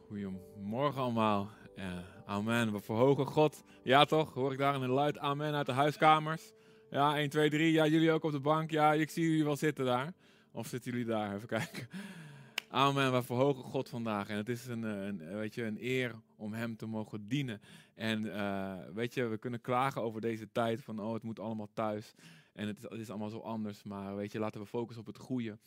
Goedemorgen allemaal. Amen. We verhogen God. Ja toch? Hoor ik daar een luid amen uit de huiskamers? Ja, 1, 2, 3. Ja, jullie ook op de bank? Ja, ik zie jullie wel zitten daar. Of zitten jullie daar? Even kijken. Amen. We verhogen God vandaag. En het is een eer om hem te mogen dienen. En we kunnen klagen over deze tijd. Van het moet allemaal thuis. En het is allemaal zo anders. Maar laten we focussen op het goede.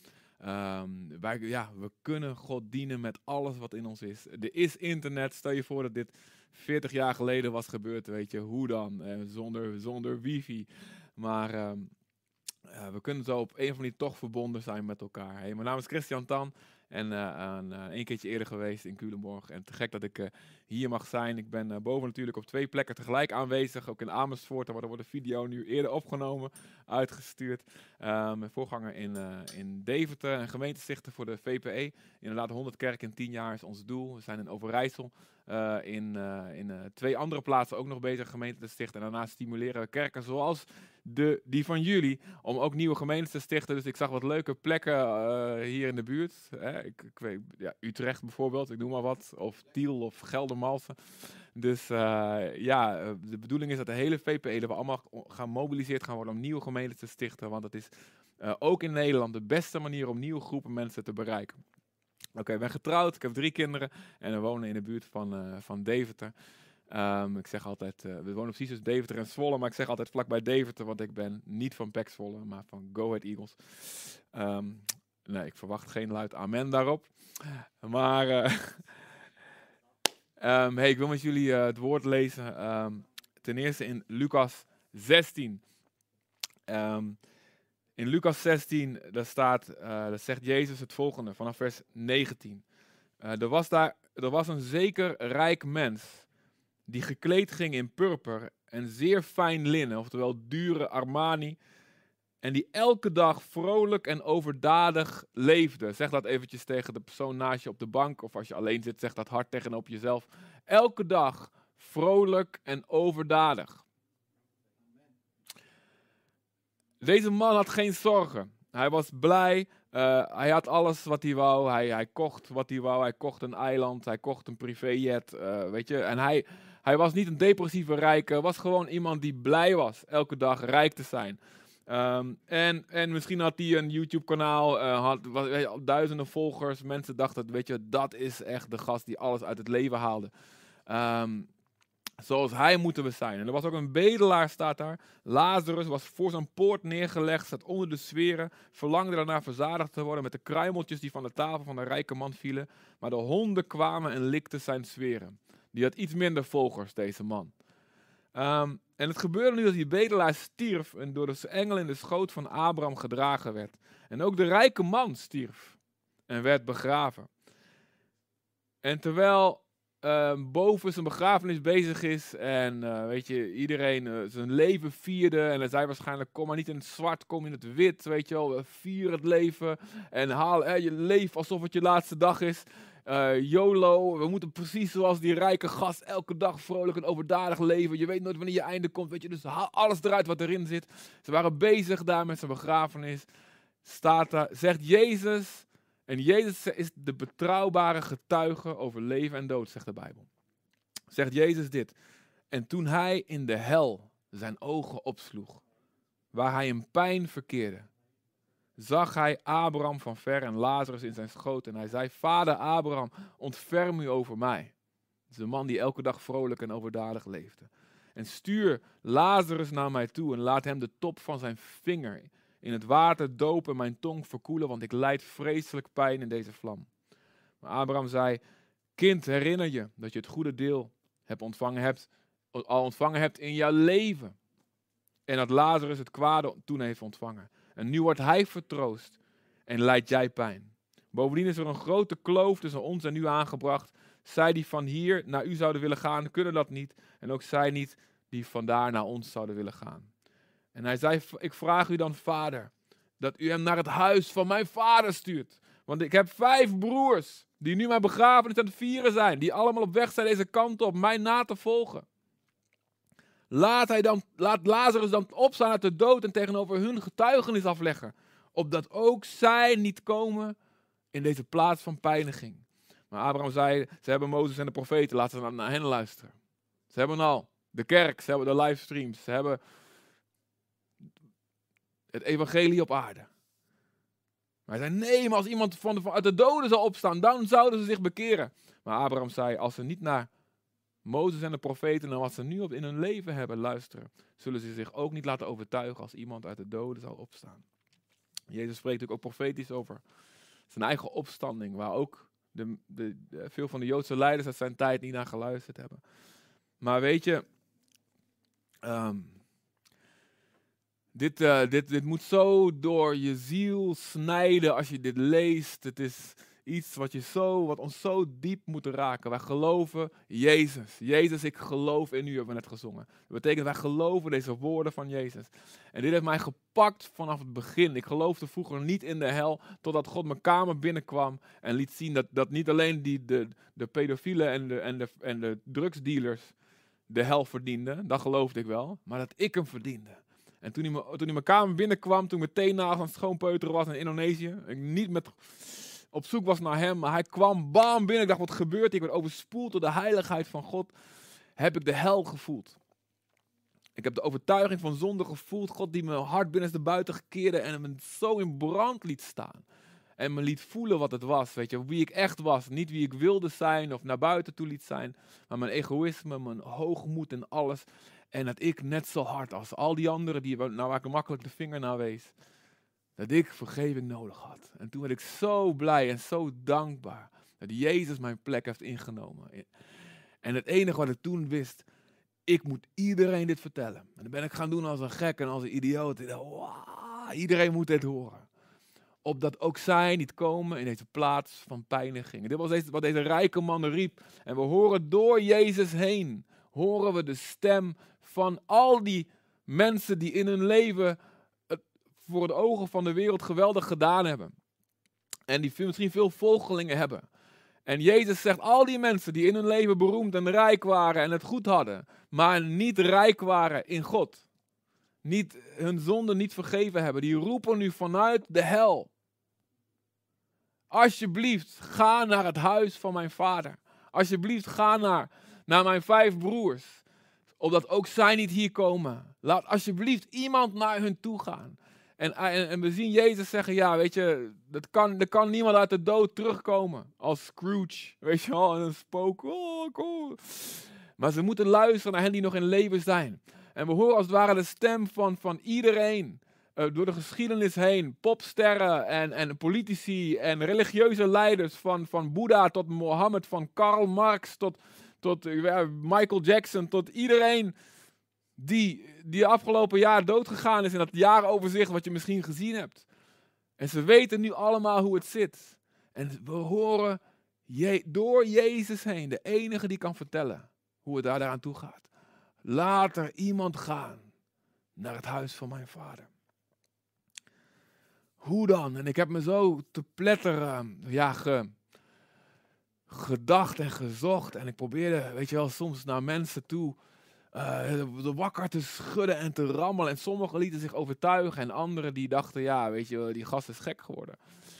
We kunnen God dienen met alles wat in ons is. Er is internet. Stel je voor dat dit 40 jaar geleden was gebeurd. Hoe dan? Zonder wifi. Maar we kunnen zo op een of andere manier toch verbonden zijn met elkaar. Hey, mijn naam is Christian Tan. En een keertje eerder geweest in Culemborg. En te gek dat ik hier mag zijn. Ik ben boven natuurlijk op 2 plekken tegelijk aanwezig. Ook in Amersfoort. Daar wordt de video nu eerder opgenomen. Uitgestuurd. Mijn voorganger in Deventer. Een gemeentestichter voor de VPE. Inderdaad 100 kerken in 10 jaar is ons doel. We zijn in Overijssel. In 2 andere plaatsen ook nog bezig gemeenten te stichten. En daarnaast stimuleren we kerken zoals die van jullie. Om ook nieuwe gemeenten te stichten. Dus ik zag wat leuke plekken hier in de buurt. Ik weet, Utrecht bijvoorbeeld, ik noem maar wat. Of Tiel of Geldermalsen. Dus de bedoeling is dat de hele VPE, dat we allemaal gemobiliseerd gaan worden om nieuwe gemeenten te stichten. Want dat is ook in Nederland de beste manier om nieuwe groepen mensen te bereiken. Oké, ik ben getrouwd, ik heb 3 kinderen en we wonen in de buurt van Deventer. Ik zeg altijd, we wonen precies tussen Deventer en Zwolle, maar ik zeg altijd vlakbij Deventer, want ik ben niet van PEC Zwolle, maar van Go Ahead Eagles. Nee, ik verwacht geen luid amen daarop. Maar ik wil met jullie het woord lezen. Ten eerste in Lucas 16. In Lucas 16, daar zegt Jezus het volgende, vanaf vers 19. Er was een zeker rijk mens, die gekleed ging in purper en zeer fijn linnen, oftewel dure Armani, en die elke dag vrolijk en overdadig leefde. Zeg dat eventjes tegen de persoon naast je op de bank, of als je alleen zit, zeg dat hard tegenop jezelf. Elke dag vrolijk en overdadig. Deze man had geen zorgen. Hij was blij. Hij had alles wat hij wou. Hij kocht wat hij wou. Hij kocht een eiland. Hij kocht een privéjet. En hij was niet een depressieve rijke. Hij was gewoon iemand die blij was elke dag rijk te zijn. En misschien had hij een YouTube-kanaal. Had duizenden volgers. Mensen dachten, dat is echt de gast die alles uit het leven haalde. Zoals hij moeten we zijn. En er was ook een bedelaar, staat daar. Lazarus was voor zijn poort neergelegd, zat onder de sferen, verlangde daarna verzadigd te worden met de kruimeltjes die van de tafel van de rijke man vielen. Maar de honden kwamen en likten zijn sferen. Die had iets minder volgers, deze man. En het gebeurde nu dat die bedelaar stierf en door de engel in de schoot van Abraham gedragen werd. En ook de rijke man stierf en werd begraven. En terwijl boven zijn begrafenis bezig is en iedereen zijn leven vierde en hij zei waarschijnlijk, kom maar niet in het zwart, kom in het wit, vier het leven en haal je leven alsof het je laatste dag is. YOLO, we moeten precies zoals die rijke gast elke dag vrolijk en overdadig leven. Je weet nooit wanneer je einde komt, dus haal alles eruit wat erin zit. Ze waren bezig daar met zijn begrafenis. Staat daar, zegt Jezus. En Jezus is de betrouwbare getuige over leven en dood, zegt de Bijbel. Zegt Jezus dit. En toen hij in de hel zijn ogen opsloeg, waar hij in pijn verkeerde, zag hij Abraham van ver en Lazarus in zijn schoot. En hij zei, Vader Abraham, ontferm u over mij. Dat is een man die elke dag vrolijk en overdadig leefde. En stuur Lazarus naar mij toe en laat hem de top van zijn vinger in het water dopen en mijn tong verkoelen, want ik lijd vreselijk pijn in deze vlam. Maar Abraham zei, kind, herinner je dat je het goede deel al ontvangen hebt in jouw leven. En dat Lazarus het kwade toen heeft ontvangen. En nu wordt hij vertroost en lijdt jij pijn. Bovendien is er een grote kloof tussen ons en u aangebracht. Zij die van hier naar u zouden willen gaan, kunnen dat niet. En ook zij niet die vandaar naar ons zouden willen gaan. En hij zei, ik vraag u dan, vader, dat u hem naar het huis van mijn vader stuurt. Want ik heb 5 broers die nu mijn begrafenis aan het vieren zijn. Die allemaal op weg zijn deze kant op, mij na te volgen. Laat Lazarus dan opstaan uit de dood en tegenover hun getuigenis afleggen. Opdat ook zij niet komen in deze plaats van pijniging. Maar Abraham zei, ze hebben Mozes en de profeten, laten we naar hen luisteren. Ze hebben al de kerk, ze hebben de livestreams, ze hebben het evangelie op aarde. Maar hij zei, nee, maar als iemand uit de doden zou opstaan, dan zouden ze zich bekeren. Maar Abraham zei, als ze niet naar Mozes en de profeten en wat ze nu in hun leven hebben luisteren, zullen ze zich ook niet laten overtuigen als iemand uit de doden zou opstaan. Jezus spreekt natuurlijk ook profetisch over zijn eigen opstanding, waar ook veel van de Joodse leiders uit zijn tijd niet naar geluisterd hebben. Maar weet je, dit moet zo door je ziel snijden als je dit leest. Het is iets wat ons zo diep moet raken. Wij geloven Jezus. Jezus, ik geloof in u, hebben we net gezongen. Dat betekent, wij geloven deze woorden van Jezus. En dit heeft mij gepakt vanaf het begin. Ik geloofde vroeger niet in de hel, totdat God mijn kamer binnenkwam en liet zien dat niet alleen de pedofielen en de drugsdealers de hel verdienden. Dat geloofde ik wel. Maar dat ik hem verdiende. En toen hij mijn kamer binnenkwam, toen ik meteen naast aan het schoonpeuteren was in Indonesië, ik niet op zoek was naar hem, maar hij kwam bam binnen. Ik dacht, wat gebeurt hier? Ik werd overspoeld door de heiligheid van God. Heb ik de hel gevoeld. Ik heb de overtuiging van zonde gevoeld. God die mijn hart binnenste buiten keerde en me zo in brand liet staan. En me liet voelen wat het was, weet je, wie ik echt was. Niet wie ik wilde zijn of naar buiten toe liet zijn, maar mijn egoïsme, mijn hoogmoed en alles. En dat ik net zo hard als al die anderen waar ik makkelijk de vinger naar wees, dat ik vergeving nodig had. En toen werd ik zo blij en zo dankbaar dat Jezus mijn plek heeft ingenomen. En het enige wat ik toen wist, ik moet iedereen dit vertellen. En dan ben ik gaan doen als een gek en als een idioot. Ik dacht, wow, iedereen moet dit horen. Opdat ook zij niet komen in deze plaats van pijniging. Dit was wat deze rijke man riep. En we horen door Jezus heen, horen we de stem van al die mensen die in hun leven het voor de ogen van de wereld geweldig gedaan hebben. En die misschien veel volgelingen hebben. En Jezus zegt, al die mensen die in hun leven beroemd en rijk waren en het goed hadden, maar niet rijk waren in God. Niet hun zonde niet vergeven hebben. Die roepen nu vanuit de hel. Alsjeblieft, ga naar het huis van mijn vader. Alsjeblieft, ga naar mijn 5 broers. Opdat ook zij niet hier komen. Laat alsjeblieft iemand naar hun toe gaan. En we zien Jezus zeggen, ja, weet je, er kan niemand uit de dood terugkomen. Als Scrooge, weet je wel, en een spook. Oh, cool. Maar ze moeten luisteren naar hen die nog in leven zijn. En we horen als het ware de stem van iedereen. Door de geschiedenis heen. Popsterren en politici en religieuze leiders. Van Boeddha tot Mohammed, van Karl Marx tot Michael Jackson. Tot iedereen die afgelopen jaar doodgegaan is in dat jaaroverzicht wat je misschien gezien hebt. En ze weten nu allemaal hoe het zit. En we horen door Jezus heen, de enige die kan vertellen hoe het daaraan toe gaat. Laat er iemand gaan naar het huis van mijn vader. Hoe dan? En ik heb me zo te pletter gedacht en gezocht. En ik probeerde, weet je wel, soms naar mensen toe de wakker te schudden en te rammelen. En sommigen lieten zich overtuigen en anderen die dachten, ja, weet je wel, die gast is gek geworden.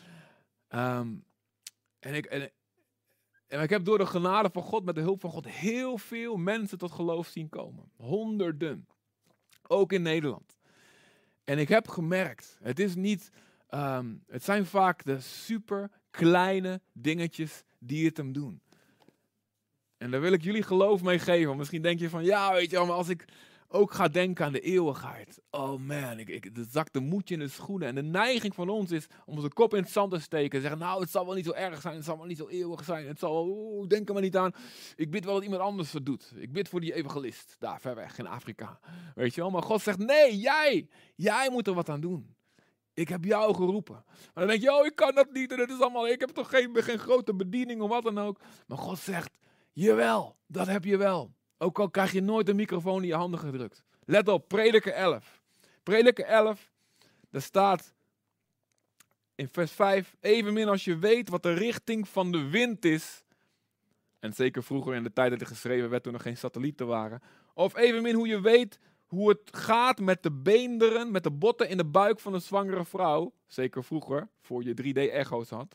En ik heb door de genade van God, met de hulp van God, heel veel mensen tot geloof zien komen. Honderden. Ook in Nederland. En ik heb gemerkt, het zijn vaak de super kleine dingetjes die het hem doen. En daar wil ik jullie geloof mee geven. Want misschien denk je van, ja, weet je wel, maar als ik ook ga denken aan de eeuwigheid. Oh man, er zakt de moedje in de schoenen. En de neiging van ons is om onze kop in het zand te steken. En zeggen, nou, het zal wel niet zo erg zijn. Het zal wel niet zo eeuwig zijn. Het zal wel, denk er maar niet aan. Ik bid wel dat iemand anders het doet. Ik bid voor die evangelist. Daar, ver weg, in Afrika. Weet je wel, maar God zegt, nee, jij moet er wat aan doen. Ik heb jou geroepen. Maar dan denk je, oh, ik kan dat niet. En het is allemaal, ik heb toch geen grote bediening of wat dan ook. Maar God zegt, jawel, dat heb je wel. Ook al krijg je nooit een microfoon in je handen gedrukt. Let op, Prediker 11. Prediker 11, daar staat in vers 5. Evenmin als je weet wat de richting van de wind is. En zeker vroeger in de tijd dat er geschreven werd toen er geen satellieten waren. Of evenmin hoe je weet hoe het gaat met de beenderen, met de botten in de buik van een zwangere vrouw. Zeker vroeger, voor je 3D-echo's had.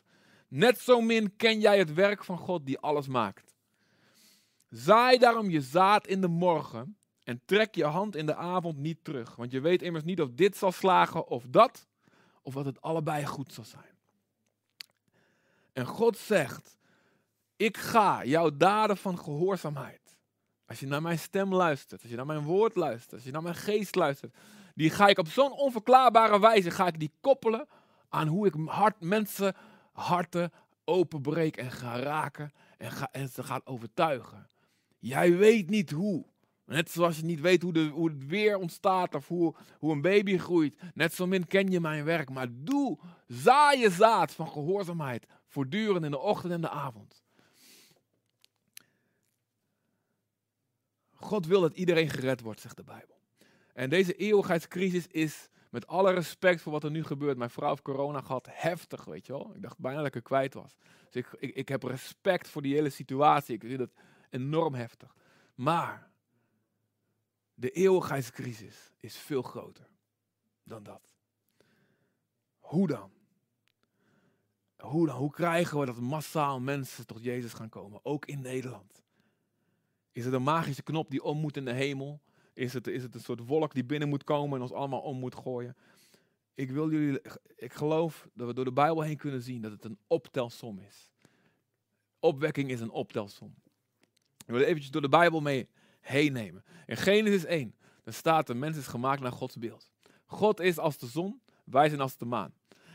Net zo min ken jij het werk van God die alles maakt. Zaai daarom je zaad in de morgen en trek je hand in de avond niet terug. Want je weet immers niet of dit zal slagen of dat, of dat het allebei goed zal zijn. En God zegt, ik ga jouw daden van gehoorzaamheid. Als je naar mijn stem luistert, als je naar mijn woord luistert, als je naar mijn geest luistert, die ga ik op zo'n onverklaarbare wijze ga ik die koppelen aan hoe ik mensen harten openbreek en ga raken en ze gaat overtuigen. Jij weet niet hoe. Net zoals je niet weet hoe het weer ontstaat of hoe een baby groeit. Net zo min ken je mijn werk. Maar zaai je zaad van gehoorzaamheid voortdurend in de ochtend en de avond. God wil dat iedereen gered wordt, zegt de Bijbel. En deze eeuwigheidscrisis is, met alle respect voor wat er nu gebeurt, mijn vrouw heeft corona gehad, heftig, weet je wel. Ik dacht bijna dat ik er kwijt was. Dus ik heb respect voor die hele situatie. Ik vind het enorm heftig. Maar de eeuwigheidscrisis is veel groter dan dat. Hoe dan? Hoe krijgen we dat massaal mensen tot Jezus gaan komen, ook in Nederland? Is het een magische knop die om moet in de hemel? Is het een soort wolk die binnen moet komen en ons allemaal om moet gooien? Ik geloof dat we door de Bijbel heen kunnen zien dat het een optelsom is. Opwekking is een optelsom. Ik wil eventjes door de Bijbel mee heen nemen. In Genesis 1, daar staat: de mens is gemaakt naar Gods beeld. God is als de zon, wij zijn als de maan.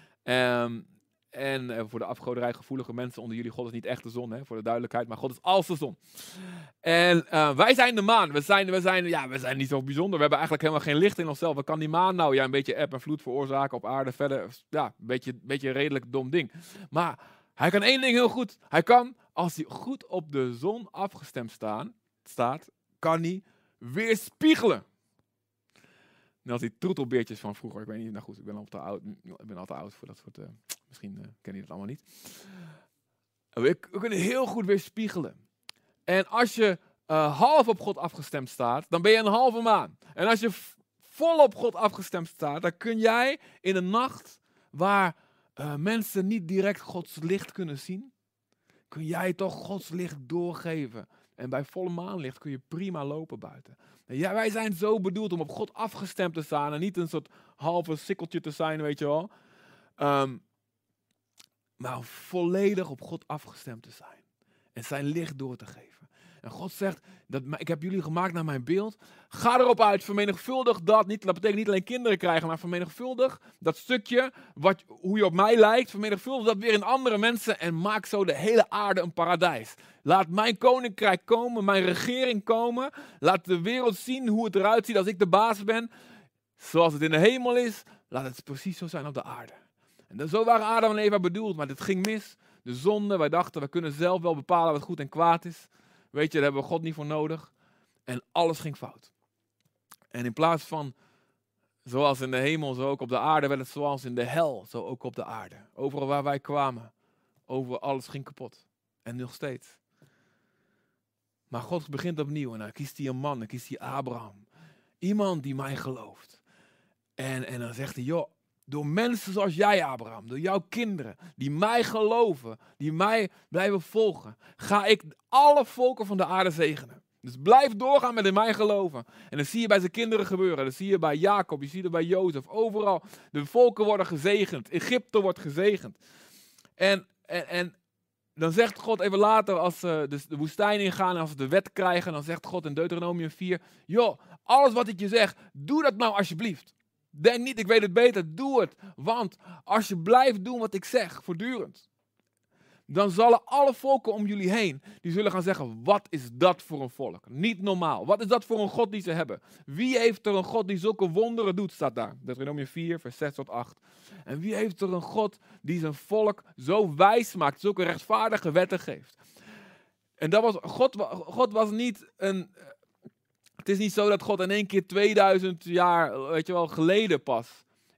En voor de afgoderij gevoelige mensen onder jullie, God is niet echt de zon, hè, voor de duidelijkheid, maar God is als de zon. En wij zijn de maan. We zijn niet zo bijzonder. We hebben eigenlijk helemaal geen licht in onszelf. Wat kan die maan nou? Ja, een beetje eb en vloed veroorzaken op aarde. Verder, ja, een beetje een redelijk dom ding. Maar hij kan één ding heel goed. Hij kan, als hij goed op de zon afgestemd staat, kan hij weerspiegelen. Net als die troetelbeertjes van vroeger. Ik weet niet, nou goed, ik ben al te oud voor dat soort... misschien ken je dat allemaal niet. We kunnen heel goed weerspiegelen. En als je half op God afgestemd staat, dan ben je een halve maan. En als je vol op God afgestemd staat, dan kun jij in een nacht waar mensen niet direct Gods licht kunnen zien, kun jij toch Gods licht doorgeven. En bij volle maanlicht kun je prima lopen buiten. Ja, wij zijn zo bedoeld om op God afgestemd te staan en niet een soort halve sikkeltje te zijn, weet je wel. Maar volledig op God afgestemd te zijn. En zijn licht door te geven. En God zegt, ik heb jullie gemaakt naar mijn beeld. Ga erop uit, vermenigvuldig dat. Dat betekent niet alleen kinderen krijgen, maar vermenigvuldig dat stukje, hoe je op mij lijkt. Vermenigvuldig dat weer in andere mensen en maak zo de hele aarde een paradijs. Laat mijn koninkrijk komen, mijn regering komen. Laat de wereld zien hoe het eruit ziet als ik de baas ben. Zoals het in de hemel is, laat het precies zo zijn op de aarde. En zo waren Adam en Eva bedoeld, maar dit ging mis. De zonde, wij dachten, we kunnen zelf wel bepalen wat goed en kwaad is. Weet je, daar hebben we God niet voor nodig. En alles ging fout. En in plaats van, zoals in de hemel, zo ook op de aarde, werd het zoals in de hel, zo ook op de aarde. Overal waar wij kwamen, alles ging kapot. En nog steeds. Maar God begint opnieuw en dan kiest hij een man, dan kiest hij Abraham. Iemand die mij gelooft. En dan zegt hij, joh, door mensen zoals jij, Abraham, door jouw kinderen, die mij geloven, die mij blijven volgen, ga ik alle volken van de aarde zegenen. Dus blijf doorgaan met in mij geloven. En dat zie je bij zijn kinderen gebeuren. Dat zie je bij Jacob, je ziet het bij Jozef. Overal, de volken worden gezegend. Egypte wordt gezegend. En dan zegt God even later, als ze de woestijn ingaan en als ze de wet krijgen, dan zegt God in Deuteronomium 4, joh, alles wat ik je zeg, doe dat nou alsjeblieft. Denk niet, ik weet het beter, doe het. Want als je blijft doen wat ik zeg, voortdurend, dan zullen alle volken om jullie heen, die zullen gaan zeggen, wat is dat voor een volk? Niet normaal. Wat is dat voor een God die ze hebben? Wie heeft er een God die zulke wonderen doet, staat daar. Deuteronomium 4, vers 6 tot 8. En wie heeft er een God die zijn volk zo wijs maakt, zulke rechtvaardige wetten geeft? En dat was, God was niet een... Het is niet zo dat God in één keer 2000 jaar, weet je wel, geleden pas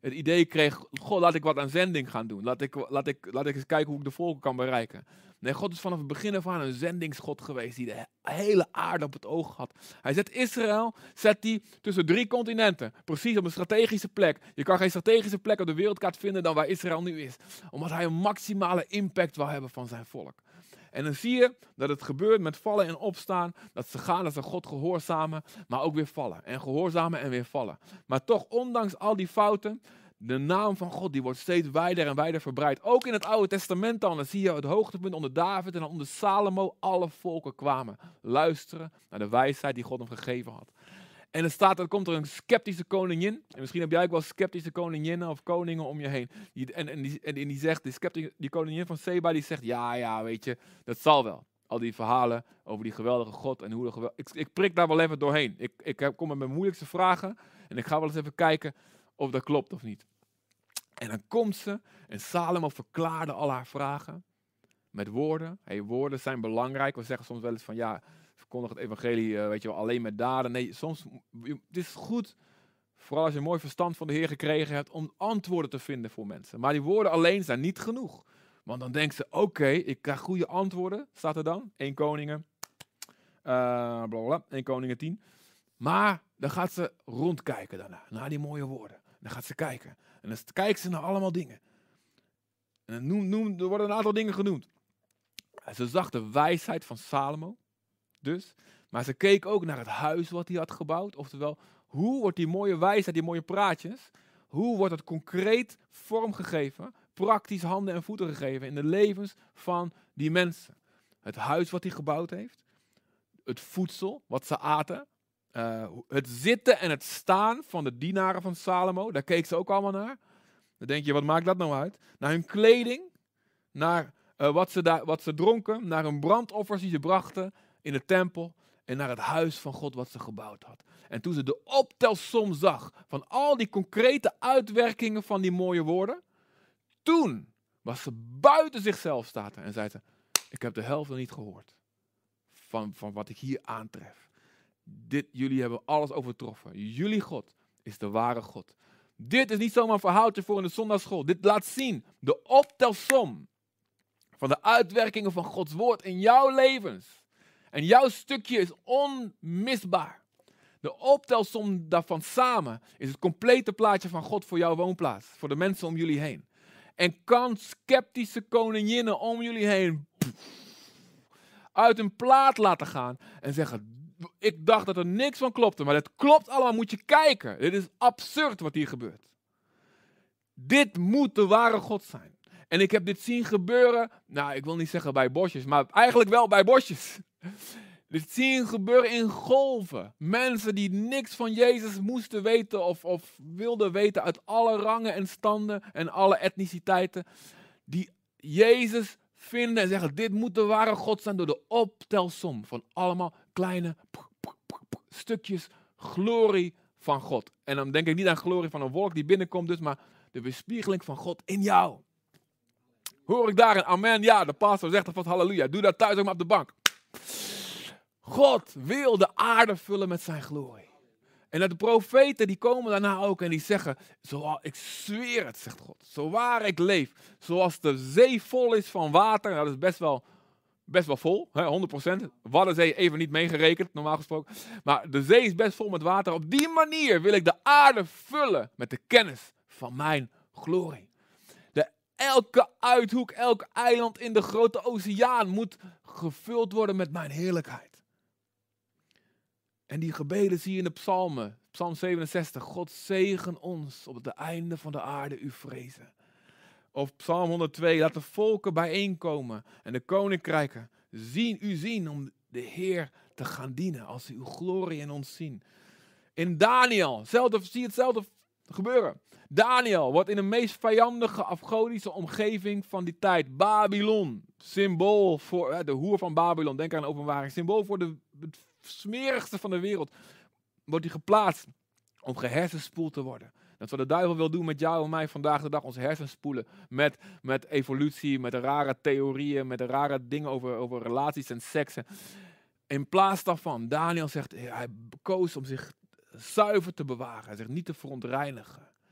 het idee kreeg, God, laat ik wat aan zending gaan doen. Laat ik eens kijken hoe ik de volken kan bereiken. Nee, God is vanaf het begin af aan een zendingsgod geweest die de hele aarde op het oog had. Hij zet Israël tussen 3 continenten. Precies op een strategische plek. Je kan geen strategische plek op de wereldkaart vinden dan waar Israël nu is. Omdat hij een maximale impact wil hebben van zijn volk. En dan zie je dat het gebeurt met vallen en opstaan. Dat ze gaan, dat ze God gehoorzamen, maar ook weer vallen. En gehoorzamen en weer vallen. Maar toch, ondanks al die fouten, de naam van God die wordt steeds wijder en wijder verbreid. Ook in het Oude Testament dan zie je het hoogtepunt onder David en dan onder Salomo. Alle volken kwamen luisteren naar de wijsheid die God hem gegeven had. En er staat, dan komt er een sceptische koningin. En misschien heb jij ook wel sceptische koninginnen of koningen om je heen. Die zegt, die koningin van Seba, die zegt, ja, weet je, dat zal wel. Al die verhalen over die geweldige God en hoe ik prik daar wel even doorheen. Ik kom met mijn moeilijkste vragen en ik ga wel eens even kijken of dat klopt of niet. En dan komt ze en Salomo verklaarde al haar vragen met woorden. Woorden zijn belangrijk. We zeggen soms wel eens van ja, verkondig het evangelie weet je wel, alleen met daden. Nee, soms het is goed, vooral als je een mooi verstand van de Heer gekregen hebt, om antwoorden te vinden voor mensen. Maar die woorden alleen zijn niet genoeg. Want dan denkt ze, oké, ik krijg goede antwoorden, staat er dan. 1 Koningen, blablabla, 1 Koningen 10. Maar dan gaat ze rondkijken daarna, naar die mooie woorden. Dan gaat ze kijken. En dan kijkt ze naar allemaal dingen. En er worden een aantal dingen genoemd. Ze zag de wijsheid van Salomo. Dus. Maar ze keek ook naar het huis wat hij had gebouwd. Oftewel, hoe wordt die mooie wijsheid, die mooie praatjes, hoe wordt het concreet vormgegeven, praktisch handen en voeten gegeven in de levens van die mensen. Het huis wat hij gebouwd heeft. Het voedsel wat ze aten. Het zitten en het staan van de dienaren van Salomo. Daar keek ze ook allemaal naar. Dan denk je, wat maakt dat nou uit? Naar hun kleding, naar wat ze dronken, naar hun brandoffers die ze brachten in de tempel en naar het huis van God wat ze gebouwd had. En toen ze de optelsom zag van al die concrete uitwerkingen van die mooie woorden, toen was ze buiten zichzelf staat en zei ze, ik heb de helft nog niet gehoord van wat ik hier aantref. Jullie hebben alles overtroffen. Jullie God is de ware God. Dit is niet zomaar een verhaaltje voor in de zondagsschool. Dit laat zien de optelsom van de uitwerkingen van Gods woord in jouw levens. En jouw stukje is onmisbaar. De optelsom daarvan samen is het complete plaatje van God voor jouw woonplaats. Voor de mensen om jullie heen. En kan sceptische koninginnen om jullie heen uit hun plaat laten gaan en zeggen, ik dacht dat er niks van klopte, maar het klopt allemaal, moet je kijken. Dit is absurd wat hier gebeurt. Dit moet de ware God zijn. En ik heb dit zien gebeuren, nou ik wil niet zeggen bij bosjes, maar eigenlijk wel bij bosjes. Dit zien gebeuren in golven. Mensen die niks van Jezus moesten weten of wilden weten uit alle rangen en standen en alle etniciteiten. Die Jezus vinden en zeggen, dit moet de ware God zijn door de optelsom van allemaal kleine stukjes glorie van God. En dan denk ik niet aan glorie van een wolk die binnenkomt dus, maar de weerspiegeling van God in jou. Hoor ik daar een amen? Ja, de pastor zegt alvast halleluja. Doe dat thuis ook maar op de bank. God wil de aarde vullen met zijn glorie. En dat de profeten die komen daarna ook en die zeggen, zoals ik zweer het, zegt God, zowaar ik leef, zoals de zee vol is van water, nou, dat is best wel vol, hè, 100%. Waddenzee even niet meegerekend, normaal gesproken. Maar de zee is best vol met water. Op die manier wil ik de aarde vullen met de kennis van mijn glorie. Elke uithoek, elk eiland in de grote oceaan moet gevuld worden met mijn heerlijkheid. En die gebeden zie je in de psalmen. Psalm 67. God zegen ons op het einde van de aarde u vrezen. Of Psalm 102. Laat de volken bijeenkomen en de koninkrijken zien om de Heer te gaan dienen. Als ze uw glorie in ons zien. In Daniel. Zie je hetzelfde gebeuren. Daniel wordt in de meest vijandige afgodische omgeving van die tijd. Babylon. Symbool voor de hoer van Babylon. Denk aan Openbaring. Symbool voor het smerigste van de wereld. Wordt hij geplaatst om gehersenspoeld te worden. Dat is wat de duivel wil doen met jou en mij vandaag de dag. Onze hersenspoelen met evolutie, met rare theorieën, met rare dingen over relaties en seksen. In plaats daarvan, Daniel zegt, hij koos om zich zuiver te bewaren. Hij zegt niet te verontreinigen.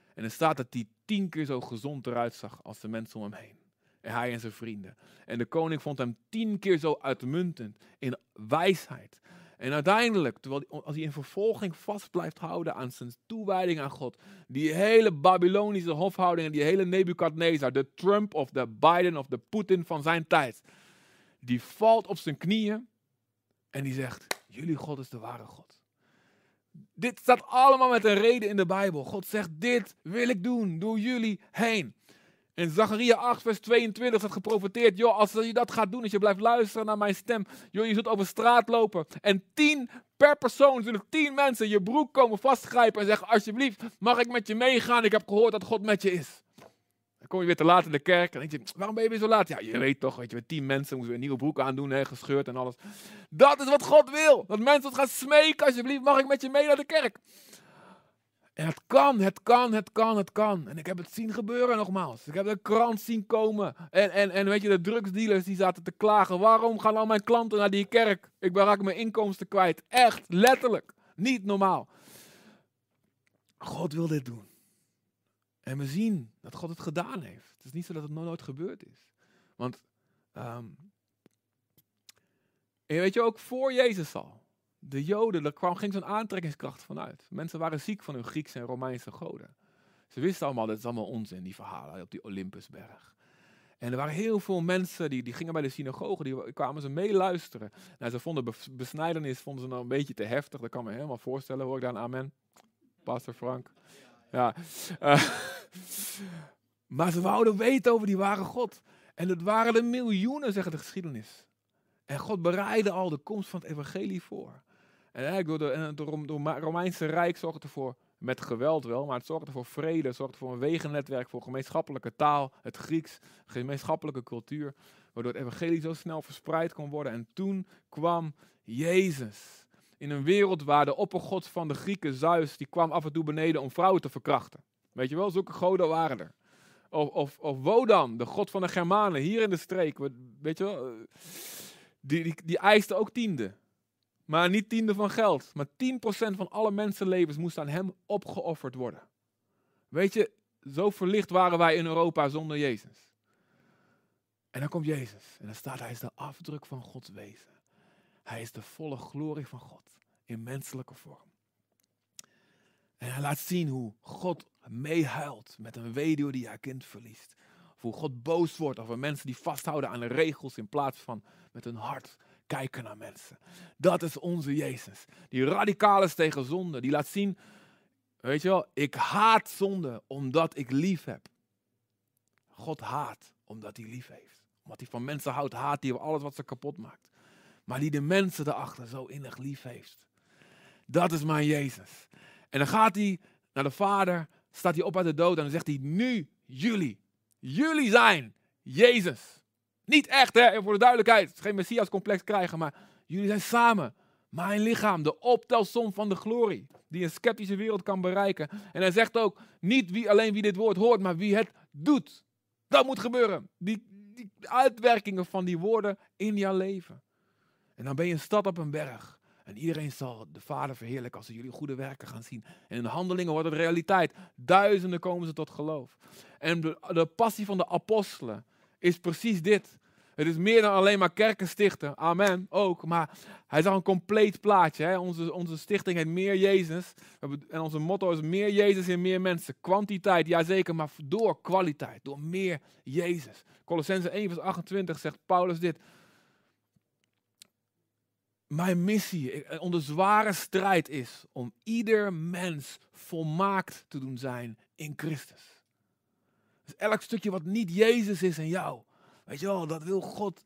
En er staat dat hij 10 keer zo gezond eruit zag als de mensen om hem heen. En hij en zijn vrienden. En de koning vond hem 10 keer zo uitmuntend in wijsheid. En uiteindelijk, als hij in vervolging vast blijft houden aan zijn toewijding aan God, die hele Babylonische hofhouding en die hele Nebukadnezar, de Trump of de Biden of de Poetin van zijn tijd, die valt op zijn knieën en die zegt, jullie God is de ware God. Dit staat allemaal met een reden in de Bijbel. God zegt, dit wil ik doen door jullie heen. In Zacharia 8 vers 22 staat geprofeteerd, joh, als je dat gaat doen, als je blijft luisteren naar mijn stem, joh, je zult over straat lopen en 10 per persoon, zullen 10 mensen je broek komen vastgrijpen en zeggen, alsjeblieft, mag ik met je meegaan? Ik heb gehoord dat God met je is. Dan kom je weer te laat in de kerk en denk je, waarom ben je weer zo laat? Ja, je weet toch, weet je, 10 mensen moeten weer een nieuwe broek aandoen, hè, gescheurd en alles. Dat is wat God wil. Dat mensen gaan smeken, alsjeblieft, mag ik met je mee naar de kerk? En het kan. En ik heb het zien gebeuren nogmaals. Ik heb de krant zien komen. En weet je, de drugsdealers die zaten te klagen. Waarom gaan al mijn klanten naar die kerk? Ik raak mijn inkomsten kwijt. Echt, letterlijk. Niet normaal. God wil dit doen. En we zien dat God het gedaan heeft. Het is niet zo dat het nooit gebeurd is. Want, en weet je ook, voor Jezus al. De Joden, daar ging zo'n aantrekkingskracht vanuit. Mensen waren ziek van hun Griekse en Romeinse goden. Ze wisten allemaal, dat is allemaal onzin, die verhalen op die Olympusberg. En er waren heel veel mensen, die gingen bij de synagoge, die kwamen ze meeluisteren. Nou, ze vonden besnijdenis vonden ze nou een beetje te heftig, dat kan me helemaal voorstellen. Hoor ik daar een amen? Pastor Frank? Ja. Maar ze wouden weten over die ware God. En het waren er miljoenen, zegt de geschiedenis. En God bereidde al de komst van het evangelie voor. En eigenlijk door het Romeinse Rijk zorgde het ervoor, met geweld wel, maar het zorgde ervoor vrede, het zorgde voor een wegennetwerk, voor gemeenschappelijke taal, het Grieks, gemeenschappelijke cultuur, waardoor het evangelie zo snel verspreid kon worden. En toen kwam Jezus in een wereld waar de oppergod van de Grieken, Zeus, die kwam af en toe beneden om vrouwen te verkrachten. Weet je wel, zulke goden waren er. Of Wodan, de god van de Germanen, hier in de streek, weet je wel, die eiste ook tiende. Maar niet tiende van geld. Maar 10% van alle mensenlevens moest aan hem opgeofferd worden. Weet je, zo verlicht waren wij in Europa zonder Jezus. En dan komt Jezus. En dan staat hij is de afdruk van Gods wezen. Hij is de volle glorie van God. In menselijke vorm. En hij laat zien hoe God meehuilt met een weduwe die haar kind verliest. Of hoe God boos wordt over mensen die vasthouden aan de regels in plaats van met hun hart kijken naar mensen. Dat is onze Jezus. Die radicaal is tegen zonde. Die laat zien, weet je wel, ik haat zonde omdat ik lief heb. God haat omdat hij lief heeft. Omdat hij van mensen houdt, haat hij alles wat ze kapot maakt. Maar die de mensen erachter zo innig lief heeft. Dat is mijn Jezus. En dan gaat hij naar de Vader, staat hij op uit de dood en dan zegt hij, nu jullie. Jullie zijn Jezus. Niet echt, hè, voor de duidelijkheid. Geen Messias-complex krijgen, maar jullie zijn samen. Mijn lichaam, de optelsom van de glorie. Die een sceptische wereld kan bereiken. En hij zegt ook, niet alleen wie dit woord hoort, maar wie het doet. Dat moet gebeuren. Die uitwerkingen van die woorden in jouw leven. En dan ben je een stad op een berg. En iedereen zal de Vader verheerlijken als ze jullie goede werken gaan zien. En in de handelingen wordt het realiteit. Duizenden komen ze tot geloof. En de passie van de apostelen is precies dit. Het is meer dan alleen maar kerken stichten. Amen, ook. Maar hij zag een compleet plaatje. Hè? Onze stichting heet Meer Jezus. En onze motto is meer Jezus in meer mensen. Kwantiteit, jazeker, maar door kwaliteit. Door meer Jezus. Colossenzen 1 vers 28 zegt Paulus dit. Mijn missie onder zware strijd is om ieder mens volmaakt te doen zijn in Christus. Dus elk stukje wat niet Jezus is in jou. Weet je wel, dat wil God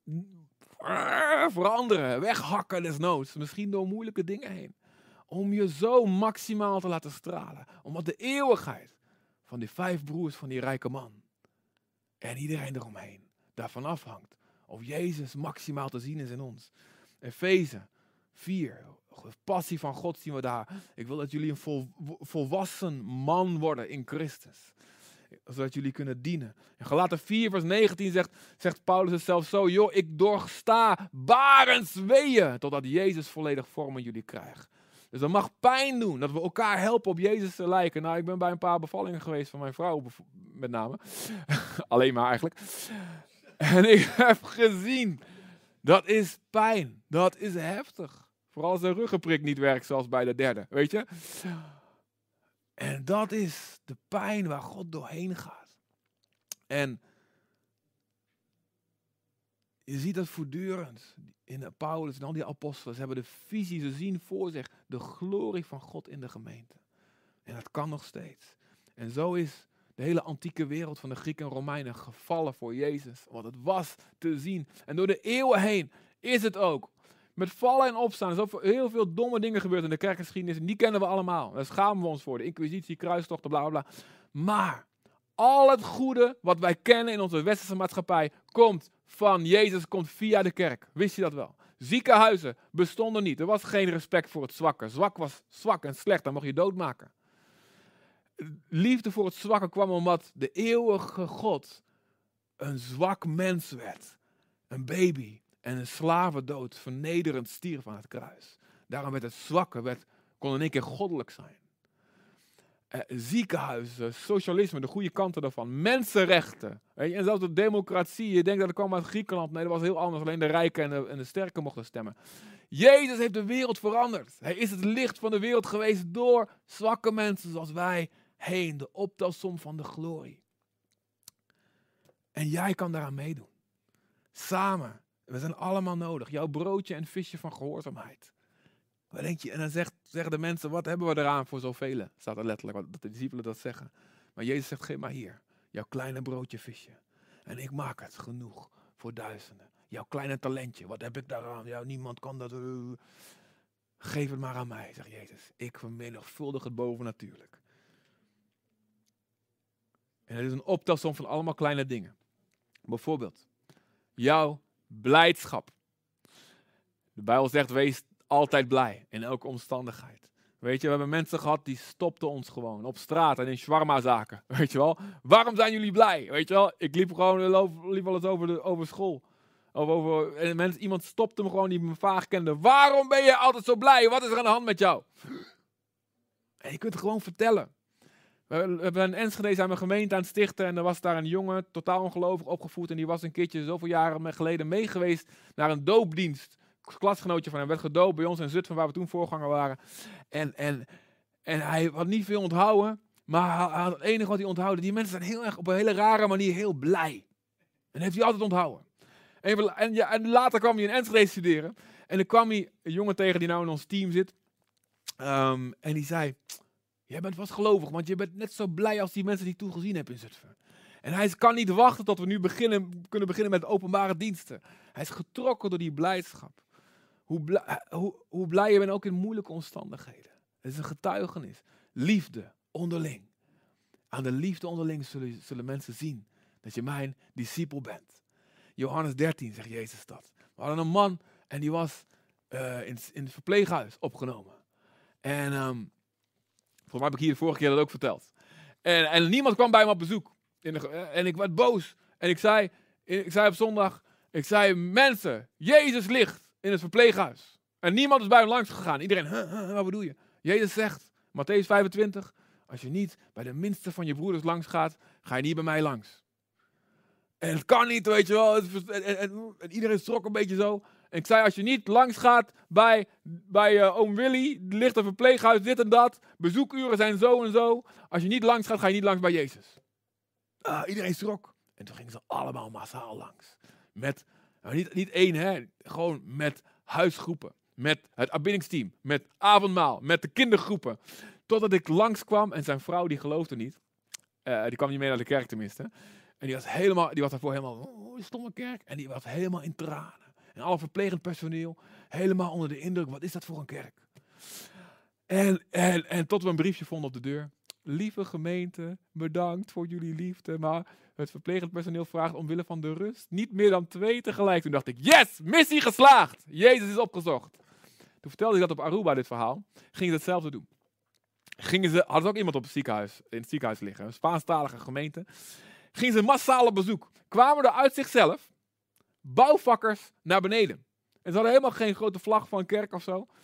veranderen, weghakken desnoods. Misschien door moeilijke dingen heen. Om je zo maximaal te laten stralen. Omdat de eeuwigheid van die 5 broers van die rijke man en iedereen eromheen daarvan afhangt. Of Jezus maximaal te zien is in ons. Efeze 4, de passie van God zien we daar. Ik wil dat jullie een volwassen man worden in Christus. Zodat jullie kunnen dienen. In Galaten 4 vers 19 zegt Paulus het zelf zo. Joh, ik doorsta barensweeën totdat Jezus volledig vorm in jullie krijgt. Dus dat mag pijn doen, dat we elkaar helpen op Jezus te lijken. Nou, ik ben bij een paar bevallingen geweest van mijn vrouw, met name. Alleen maar eigenlijk. En ik heb gezien, dat is pijn. Dat is heftig. Vooral als de ruggenprik niet werkt, zoals bij de derde. Weet je? En dat is de pijn waar God doorheen gaat. En je ziet dat voortdurend in Paulus en al die apostelen. Ze hebben de visie, ze zien voor zich de glorie van God in de gemeente. En dat kan nog steeds. En zo is de hele antieke wereld van de Grieken en Romeinen gevallen voor Jezus. Want het was te zien. En door de eeuwen heen is het ook. Met vallen en opstaan. Er zijn heel veel domme dingen gebeurd in de kerkgeschiedenis. En die kennen we allemaal. Daar schamen we ons voor. De inquisitie, kruistochten, bla bla bla. Maar al het goede wat wij kennen in onze westerse maatschappij komt van Jezus, komt via de kerk. Wist je dat wel? Ziekenhuizen bestonden niet. Er was geen respect voor het zwakke. Zwak was zwak en slecht. Dan mocht je doodmaken. Liefde voor het zwakke kwam omdat de eeuwige God een zwak mens werd. Een baby. En een slavendood vernederend stierf aan het kruis. Daarom werd het zwakke, kon in één keer goddelijk zijn. Ziekenhuizen, socialisme, de goede kanten daarvan. Mensenrechten. Weet je? En zelfs de democratie. Je denkt dat het kwam uit Griekenland. Nee, dat was heel anders. Alleen de rijken en de sterken mochten stemmen. Jezus heeft de wereld veranderd. Hij is het licht van de wereld geweest door zwakke mensen zoals wij heen. De optelsom van de glorie. En jij kan daaraan meedoen. Samen. We zijn allemaal nodig. Jouw broodje en visje van gehoorzaamheid. Wat denk je? En dan zeggen de mensen, wat hebben we eraan voor zoveel? Staat er letterlijk, dat de discipelen dat zeggen. Maar Jezus zegt, geef maar hier. Jouw kleine broodje, visje. En ik maak het genoeg voor duizenden. Jouw kleine talentje, wat heb ik daaraan? Ja, niemand kan dat. Geef het maar aan mij, zegt Jezus. Ik vermenigvuldig het bovennatuurlijk. En het is een optelsom van allemaal kleine dingen. Bijvoorbeeld, jouw blijdschap. De Bijbel zegt, wees altijd blij in elke omstandigheid. Weet je, we hebben mensen gehad die stopten ons gewoon op straat en in shawarma-zaken. Weet je wel, waarom zijn jullie blij? Weet je wel, ik liep gewoon liep wel eens over school. En iemand stopte me gewoon die me vaag kende. Waarom ben je altijd zo blij? Wat is er aan de hand met jou? En je kunt het gewoon vertellen. We hebben in Enschede zijn we een gemeente aan het stichten en er was daar een jongen, totaal ongelovig opgevoed. En die was een keertje zoveel jaren geleden mee geweest naar een doopdienst. Klasgenootje van hem werd gedoopt bij ons in Zutphen, waar we toen voorganger waren. En hij had niet veel onthouden, maar het enige wat hij onthouden, die mensen zijn heel erg op een hele rare manier heel blij. En heeft hij altijd onthouden. En later kwam hij in Enschede studeren. En dan kwam hij een jongen tegen die nou in ons team zit. En die zei, jij bent vast gelovig, want je bent net zo blij als die mensen die ik toen gezien heb in Zutphen. En hij kan niet wachten tot we nu kunnen beginnen met openbare diensten. Hij is getrokken door die blijdschap. Hoe blij je bent ook in moeilijke omstandigheden. Het is een getuigenis. Liefde onderling. Aan de liefde onderling zullen mensen zien dat je mijn discipel bent. Johannes 13 zegt Jezus dat. We hadden een man en die was in het verpleeghuis opgenomen. En volgens mij heb ik hier de vorige keer dat ook verteld. En niemand kwam bij hem op bezoek. En ik werd boos. En ik zei op zondag, mensen, Jezus ligt in het verpleeghuis. En niemand is bij hem langs gegaan. Iedereen, wat bedoel je? Jezus zegt, Mattheüs 25, als je niet bij de minste van je broeders langs gaat, ga je niet bij mij langs. En het kan niet, weet je wel. En iedereen schrok een beetje zo. En ik zei, als je niet langs gaat bij oom Willy, ligt een verpleeghuis, dit en dat. Bezoekuren zijn zo en zo. Als je niet langs gaat, ga je niet langs bij Jezus. Iedereen schrok. En toen gingen ze allemaal massaal langs. Met, niet één, hè, gewoon met huisgroepen. Met het aanbiddingsteam. Met avondmaal. Met de kindergroepen. Totdat ik langskwam en zijn vrouw, die geloofde niet. Die kwam niet mee naar de kerk tenminste. En die was daarvoor helemaal, stomme kerk. En die was helemaal in tranen. En alle verplegend personeel, helemaal onder de indruk. Wat is dat voor een kerk? En tot we een briefje vonden op de deur. Lieve gemeente, bedankt voor jullie liefde. Maar het verplegend personeel vraagt omwille van de rust niet meer dan 2 tegelijk. Toen dacht ik, yes, missie geslaagd. Jezus is opgezocht. Toen vertelde ik dat op Aruba, dit verhaal. Gingen ze hetzelfde doen. Hadden ze ook iemand op het ziekenhuis, in het ziekenhuis liggen. Een Spaanstalige gemeente. Gingen ze massaal op bezoek. Kwamen er uit zichzelf bouwvakkers naar beneden. En ze hadden helemaal geen grote vlag van een kerk of zo.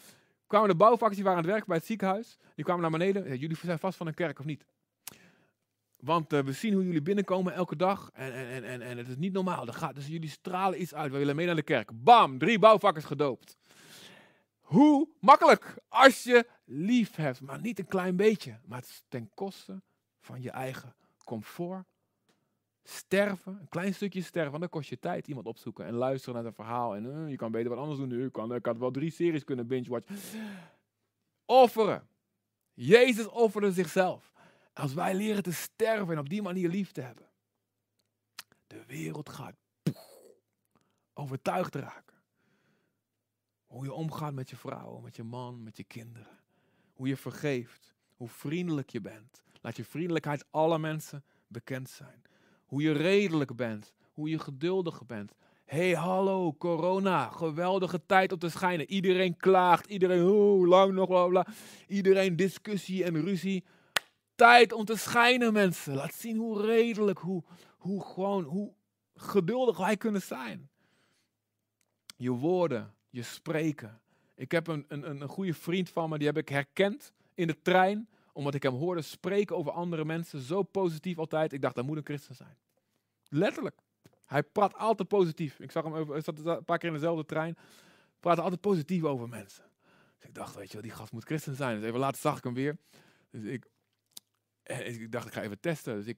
Kwamen de bouwvakkers, die waren aan het werk bij het ziekenhuis. Die kwamen naar beneden. Jullie zijn vast van een kerk of niet? Want we zien hoe jullie binnenkomen elke dag. En het is niet normaal. Dus jullie stralen iets uit. We willen mee naar de kerk. Bam, 3 bouwvakkers gedoopt. Hoe makkelijk als je lief hebt. Maar niet een klein beetje. Maar het is ten koste van je eigen comfort. Sterven, een klein stukje sterven, want dan kost je tijd. Iemand opzoeken en luisteren naar een verhaal. En je kan beter wat anders doen nu. Ik had wel 3 series kunnen binge-watchen. Offeren. Jezus offerde zichzelf. Als wij leren te sterven en op die manier lief te hebben. De wereld gaat overtuigd raken. Hoe je omgaat met je vrouw, met je man, met je kinderen. Hoe je vergeeft. Hoe vriendelijk je bent. Laat je vriendelijkheid alle mensen bekend zijn. Hoe je redelijk bent. Hoe je geduldig bent. Hey, hallo, corona. Geweldige tijd om te schijnen. Iedereen klaagt. Iedereen, hoe lang nog, bla bla. Iedereen discussie en ruzie. Tijd om te schijnen, mensen. Laat zien hoe redelijk, hoe geduldig wij kunnen zijn. Je woorden, je spreken. Ik heb een goede vriend van me, die heb ik herkend in de trein. Omdat ik hem hoorde spreken over andere mensen. Zo positief altijd. Ik dacht, dat moet een christen zijn. Letterlijk. Hij praat altijd positief. Ik zag hem, hij zat een paar keer in dezelfde trein. Praat altijd positief over mensen. Dus ik dacht, weet je wel, die gast moet christen zijn. Dus even later zag ik hem weer. Dus ik dacht, ik ga even testen. Dus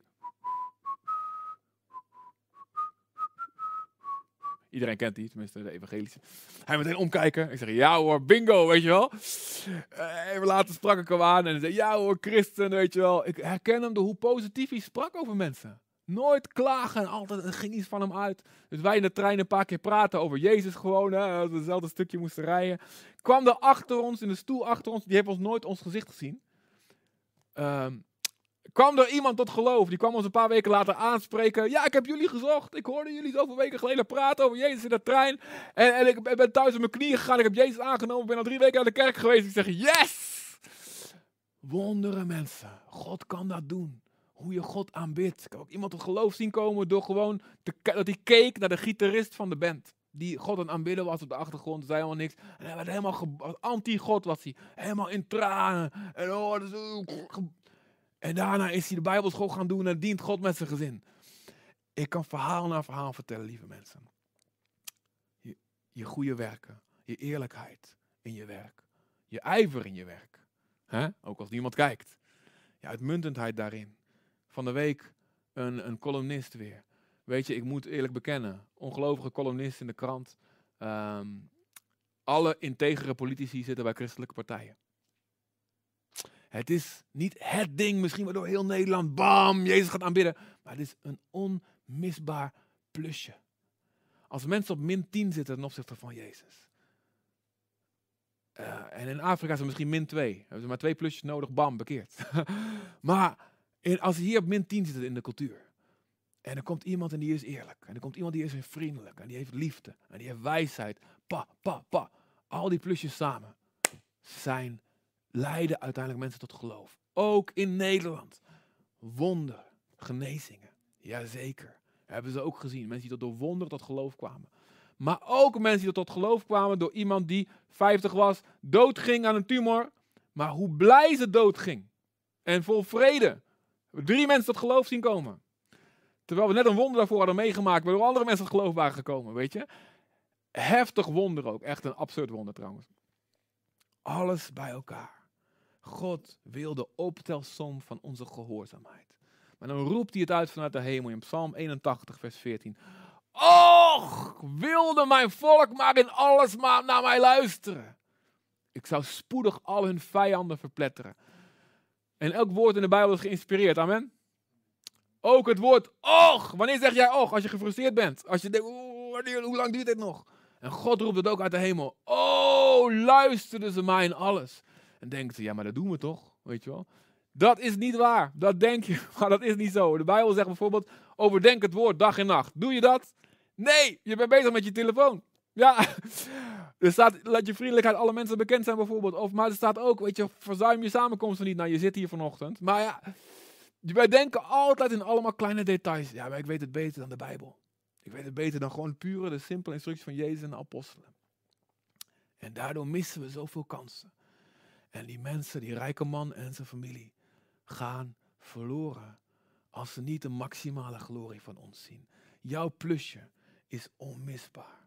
iedereen kent die, tenminste de evangelische. Hij meteen omkijken. Ik zeg, ja hoor, bingo, weet je wel. Even later sprak ik hem aan en hij zei, ja hoor, christen, weet je wel. Ik herken hem door hoe positief hij sprak over mensen. Nooit klagen, altijd, er ging iets van hem uit. Dus wij in de trein een paar keer praten over Jezus gewoon. Als we hetzelfde stukje moesten rijden. Kwam er achter ons, in de stoel achter ons, die heeft ons nooit ons gezicht gezien. Kwam er iemand tot geloof, die kwam ons een paar weken later aanspreken. Ja, ik heb jullie gezocht. Ik hoorde jullie zoveel weken geleden praten over Jezus in de trein. En ik ben thuis op mijn knieën gegaan. Ik heb Jezus aangenomen. Ik ben al 3 weken naar de kerk geweest. Ik zeg, yes! Wonderen, mensen. God kan dat doen. Hoe je God aanbidt. Ik heb ook iemand tot geloof zien komen door gewoon dat hij keek naar de gitarist van de band. Die God aan het aanbidden was op de achtergrond. Zei helemaal niks. En hij werd helemaal anti-God was hij. Helemaal in tranen. En daarna is hij de Bijbelschool gaan doen en dient God met zijn gezin. Ik kan verhaal na verhaal vertellen, lieve mensen. Je goede werken, je eerlijkheid in je werk, je ijver in je werk. Ook als niemand kijkt. Je uitmuntendheid daarin. Van de week een columnist weer. Weet je, ik moet eerlijk bekennen, ongelovige columnist in de krant. Alle integere politici zitten bij christelijke partijen. Het is niet het ding, misschien waardoor heel Nederland, bam, Jezus gaat aanbidden. Maar het is een onmisbaar plusje. Als mensen op -10 zitten ten opzichte van Jezus. En in Afrika is het misschien -2. Hebben ze maar 2 plusjes nodig, bam, bekeerd. Maar als ze hier op -10 zitten in de cultuur. En er komt iemand en die is eerlijk. En er komt iemand die is vriendelijk. En die heeft liefde. En die heeft wijsheid. Al die plusjes samen leiden uiteindelijk mensen tot geloof. Ook in Nederland. Wonder, genezingen. Jazeker. Hebben ze ook gezien. Mensen die door wonder tot geloof kwamen. Maar ook mensen die tot geloof kwamen door iemand die 50 was, doodging aan een tumor. Maar hoe blij ze doodging. En vol vrede. 3 mensen tot geloof zien komen. Terwijl we net een wonder daarvoor hadden meegemaakt, waardoor andere mensen tot geloof waren gekomen, weet je. Heftig wonder ook. Echt een absurd wonder trouwens. Alles bij elkaar. God wil de optelsom van onze gehoorzaamheid. Maar dan roept hij het uit vanuit de hemel in Psalm 81 vers 14. Och, wilde mijn volk maar in alles maar naar mij luisteren. Ik zou spoedig al hun vijanden verpletteren. En elk woord in de Bijbel is geïnspireerd, amen. Ook het woord och. Wanneer zeg jij och? Als je gefrustreerd bent. Als je denkt, hoe lang duurt dit nog? En God roept het ook uit de hemel. Oh, luisterden ze mij in alles. En denken ze, ja, maar dat doen we toch? Weet je wel? Dat is niet waar. Dat denk je, maar dat is niet zo. De Bijbel zegt bijvoorbeeld, overdenk het woord dag en nacht. Doe je dat? Nee, je bent bezig met je telefoon. Ja, er staat, laat je vriendelijkheid alle mensen bekend zijn bijvoorbeeld. Maar er staat ook, weet je, verzuim je samenkomsten niet. Nou, je zit hier vanochtend. Maar ja, wij denken altijd in allemaal kleine details. Ja, maar ik weet het beter dan de Bijbel. Ik weet het beter dan gewoon de simpele instructies van Jezus en de apostelen. En daardoor missen we zoveel kansen. En die mensen, die rijke man en zijn familie, gaan verloren als ze niet de maximale glorie van ons zien. Jouw plusje is onmisbaar.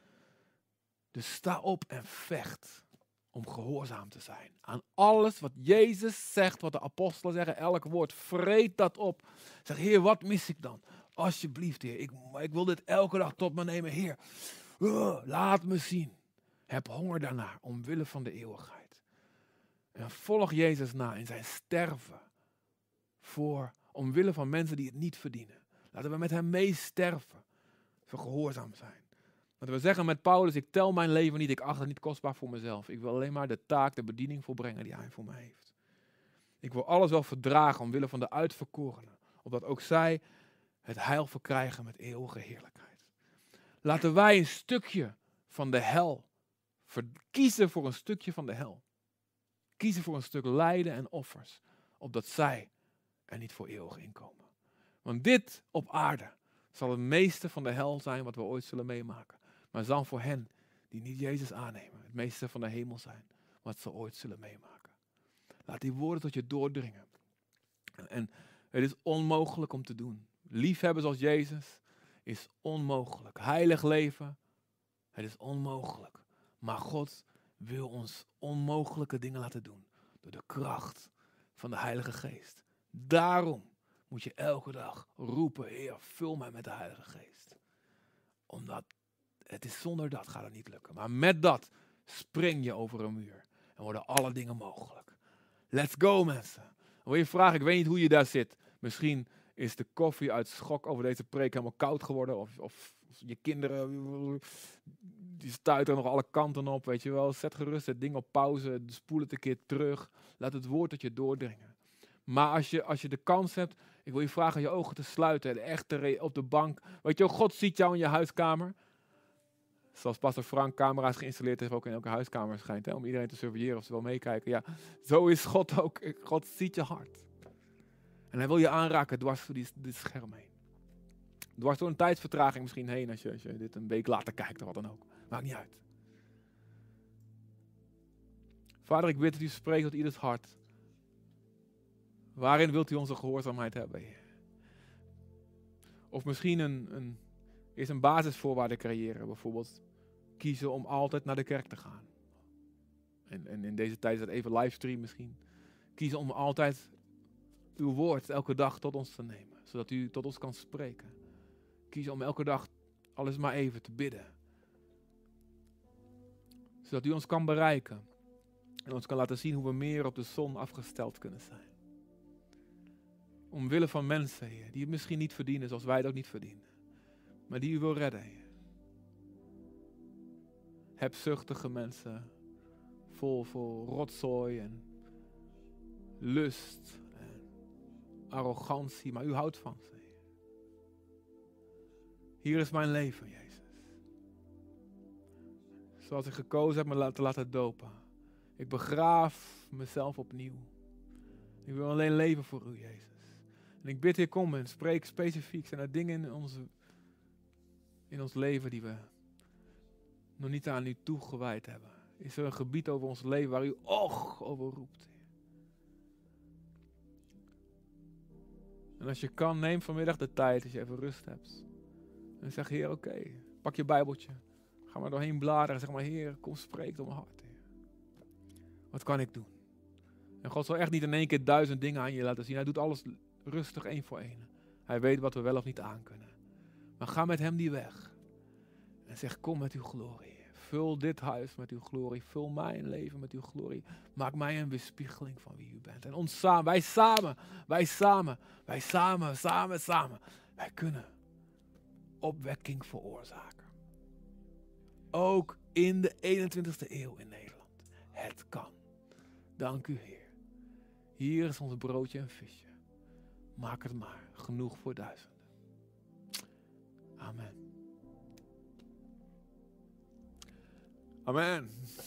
Dus sta op en vecht om gehoorzaam te zijn. Aan alles wat Jezus zegt, wat de apostelen zeggen, elk woord, vreet dat op. Zeg, Heer, wat mis ik dan? Alsjeblieft, Heer, ik wil dit elke dag tot me nemen. Heer, laat me zien. Heb honger daarnaar, omwille van de eeuwigheid. En volg Jezus na in zijn sterven. Omwille van mensen die het niet verdienen. Laten we met hem mee sterven. Voor gehoorzaam zijn. Laten we zeggen met Paulus, ik tel mijn leven niet, ik acht het niet kostbaar voor mezelf. Ik wil alleen maar de taak, de bediening volbrengen die hij voor mij heeft. Ik wil alles wel verdragen omwille van de uitverkorenen. Opdat ook zij het heil verkrijgen met eeuwige heerlijkheid. Laten wij een stukje van de hel kiezen voor een stukje van de hel. Kiezen voor een stuk lijden en offers. Opdat zij er niet voor eeuwig inkomen. Want dit op aarde zal het meeste van de hel zijn wat we ooit zullen meemaken. Maar zal voor hen die niet Jezus aannemen het meeste van de hemel zijn wat ze ooit zullen meemaken. Laat die woorden tot je doordringen. En het is onmogelijk om te doen. Liefhebben zoals Jezus is onmogelijk. Heilig leven, het is onmogelijk. Maar God wil ons onmogelijke dingen laten doen. Door de kracht van de Heilige Geest. Daarom moet je elke dag roepen, Heer, vul mij met de Heilige Geest. Omdat het is zonder dat gaat het niet lukken. Maar met dat spring je over een muur. En worden alle dingen mogelijk. Let's go, mensen. Wil je vragen, ik weet niet hoe je daar zit. Misschien is de koffie uit schok over deze preek helemaal koud geworden. Of je kinderen, die stuiteren nog alle kanten op, weet je wel. Zet gerust het ding op pauze, spoel het een keer terug. Laat het woord tot je doordringen. Maar als je de kans hebt, ik wil je vragen je ogen te sluiten. Echt op de bank. Weet je wel, God ziet jou in je huiskamer. Zoals pastor Frank camera's geïnstalleerd heeft, ook in elke huiskamer schijnt. Hè, om iedereen te surveilleren of ze wel meekijken. Ja, zo is God ook. God ziet je hart. En hij wil je aanraken dwars door dit scherm heen. Dwars door een tijdsvertraging misschien heen als je dit een week later kijkt of wat dan ook. Maakt niet uit. Vader, ik bid dat u spreekt tot ieders hart. Waarin wilt u onze gehoorzaamheid hebben, Heer? Of misschien eerst een basisvoorwaarde creëren. Bijvoorbeeld kiezen om altijd naar de kerk te gaan. En in deze tijd is dat even livestream misschien. Kiezen om altijd uw woord elke dag tot ons te nemen. Zodat u tot ons kan spreken. Kiezen om elke dag alles maar even te bidden. Zodat u ons kan bereiken. En ons kan laten zien hoe we meer op de zon afgesteld kunnen zijn. Omwille van mensen, Heer, die het misschien niet verdienen zoals wij het ook niet verdienen. Maar die u wil redden, Heer. Hebzuchtige mensen, vol rotzooi en lust en arrogantie, maar u houdt van ze, Heer. Hier is mijn leven, Jezus. Zoals ik gekozen heb me te laten dopen. Ik begraaf mezelf opnieuw. Ik wil alleen leven voor u, Jezus. En ik bid, Heer, kom en spreek specifiek. Zijn er dingen in ons leven die we nog niet aan u toegewijd hebben? Is er een gebied over ons leven waar u over roept? Heer? En als je kan, neem vanmiddag de tijd, als je even rust hebt. En zeg, Heer, oké, pak je Bijbeltje. Ga maar doorheen bladeren en zeg maar, Heer, kom spreek door mijn hart. Heer. Wat kan ik doen? En God zal echt niet in één keer 1000 dingen aan je laten zien. Hij doet alles rustig, één voor één. Hij weet wat we wel of niet aankunnen. Maar ga met hem die weg. En zeg, kom met uw glorie. Vul dit huis met uw glorie. Vul mijn leven met uw glorie. Maak mij een weerspiegeling van wie u bent. En ons samen, wij samen. Wij kunnen opwekking veroorzaken. Ook in de 21ste eeuw in Nederland. Het kan. Dank u, Heer. Hier is ons broodje en visje. Maak het maar genoeg voor 1000. Amen. Amen.